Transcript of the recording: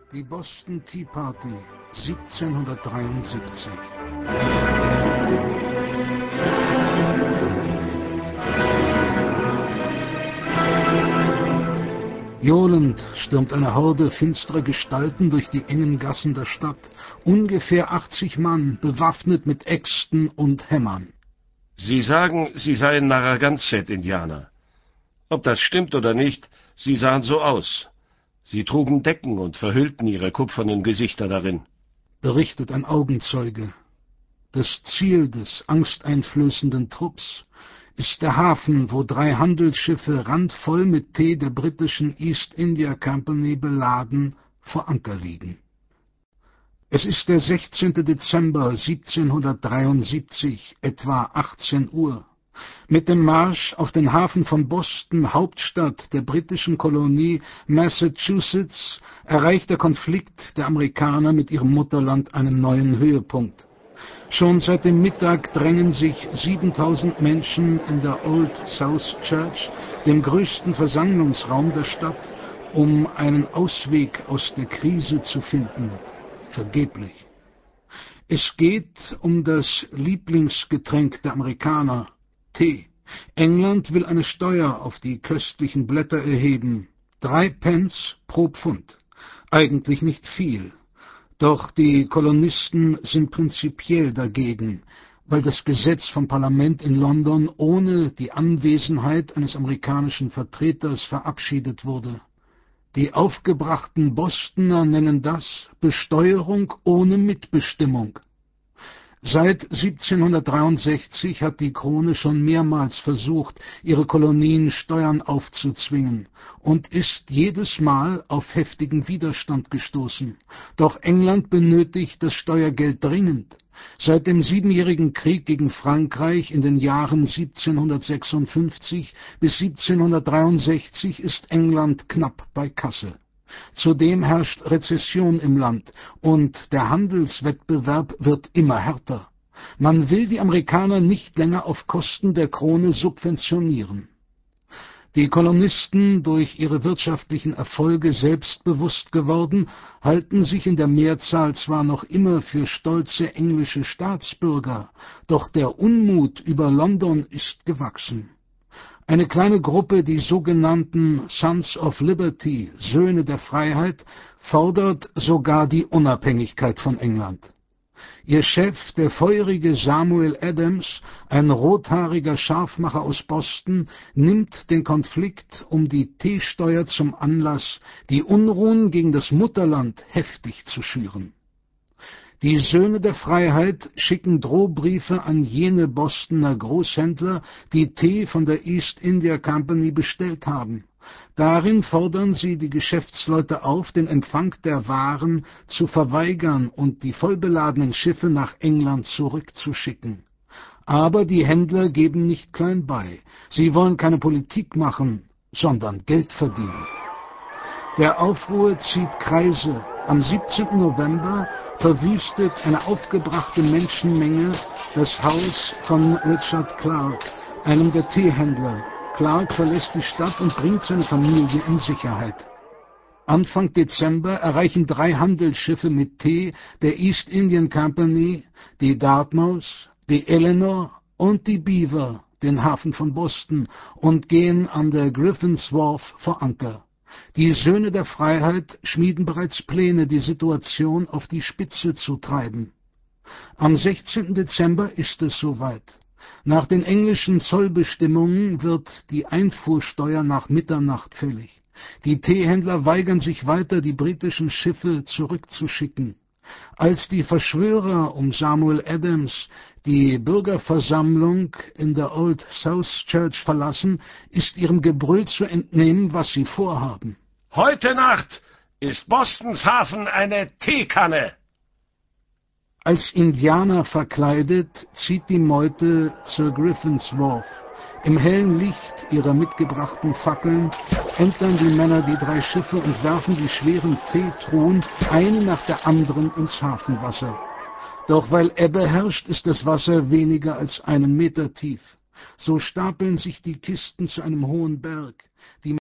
Die Boston Tea Party 1773. Johlend stürmt eine Horde finsterer Gestalten durch die engen Gassen der Stadt, ungefähr 80 Mann, bewaffnet mit Äxten und Hämmern. Sie sagen, Sie seien Narragansett-Indianer. Ob das stimmt oder nicht, Sie sahen so aus. Sie trugen Decken und verhüllten ihre kupfernen Gesichter darin, Berichtet ein Augenzeuge. Das Ziel des angsteinflößenden Trupps ist der Hafen, wo 3 Handelsschiffe randvoll mit Tee der britischen East India Company beladen vor Anker liegen. Es ist der 16. Dezember 1773, etwa 18 Uhr. Mit dem Marsch auf den Hafen von Boston, Hauptstadt der britischen Kolonie Massachusetts, erreicht der Konflikt der Amerikaner mit ihrem Mutterland einen neuen Höhepunkt. Schon seit dem Mittag drängen sich 7000 Menschen in der Old South Church, dem größten Versammlungsraum der Stadt, um einen Ausweg aus der Krise zu finden. Vergeblich. Es geht um das Lieblingsgetränk der Amerikaner, Tee. England will eine Steuer auf die köstlichen Blätter erheben. 3 Pence pro Pfund. Eigentlich nicht viel. Doch die Kolonisten sind prinzipiell dagegen, weil das Gesetz vom Parlament in London ohne die Anwesenheit eines amerikanischen Vertreters verabschiedet wurde. Die aufgebrachten Bostoner nennen das Besteuerung ohne Mitbestimmung. Seit 1763 hat die Krone schon mehrmals versucht, ihre Kolonien Steuern aufzuzwingen und ist jedes Mal auf heftigen Widerstand gestoßen. Doch England benötigt das Steuergeld dringend. Seit dem 7-jährigen Krieg gegen Frankreich in den Jahren 1756 bis 1763 ist England knapp bei Kasse. Zudem herrscht Rezession im Land und der Handelswettbewerb wird immer härter. Man will die Amerikaner nicht länger auf Kosten der Krone subventionieren. Die Kolonisten, durch ihre wirtschaftlichen Erfolge selbstbewusst geworden, halten sich in der Mehrzahl zwar noch immer für stolze englische Staatsbürger, doch der Unmut über London ist gewachsen. Eine kleine Gruppe, die sogenannten Sons of Liberty, Söhne der Freiheit, fordert sogar die Unabhängigkeit von England. Ihr Chef, der feurige Samuel Adams, ein rothaariger Scharfmacher aus Boston, nimmt den Konflikt um die Teesteuer zum Anlass, die Unruhen gegen das Mutterland heftig zu schüren. Die Söhne der Freiheit schicken Drohbriefe an jene Bostoner Großhändler, die Tee von der East India Company bestellt haben. Darin fordern sie die Geschäftsleute auf, den Empfang der Waren zu verweigern und die vollbeladenen Schiffe nach England zurückzuschicken. Aber die Händler geben nicht klein bei. Sie wollen keine Politik machen, sondern Geld verdienen. Der Aufruhr zieht Kreise. Am 17. November verwüstet eine aufgebrachte Menschenmenge das Haus von Richard Clark, einem der Teehändler. Clark verlässt die Stadt und bringt seine Familie in Sicherheit. Anfang Dezember erreichen 3 Handelsschiffe mit Tee der East Indian Company, die Dartmouth, die Eleanor und die Beaver, den Hafen von Boston, und gehen an der Griffin's Wharf vor Anker. Die Söhne der Freiheit schmieden bereits Pläne, die Situation auf die Spitze zu treiben. Am 16. Dezember ist es soweit. Nach den englischen Zollbestimmungen wird die Einfuhrsteuer nach Mitternacht fällig. Die Teehändler weigern sich weiter, die britischen Schiffe zurückzuschicken. Als die Verschwörer um Samuel Adams die Bürgerversammlung in der Old South Church verlassen, ist ihrem Gebrüll zu entnehmen, was sie vorhaben. Heute Nacht ist Bostons Hafen eine Teekanne. Als Indianer verkleidet zieht die Meute zur Griffin's Wharf. Im hellen Licht ihrer mitgebrachten Fackeln entern die Männer die 3 Schiffe und werfen die schweren Teetruhen eine nach der anderen ins Hafenwasser. Doch weil Ebbe herrscht, ist das Wasser weniger als 1 Meter tief. So stapeln sich die Kisten zu einem hohen Berg. Die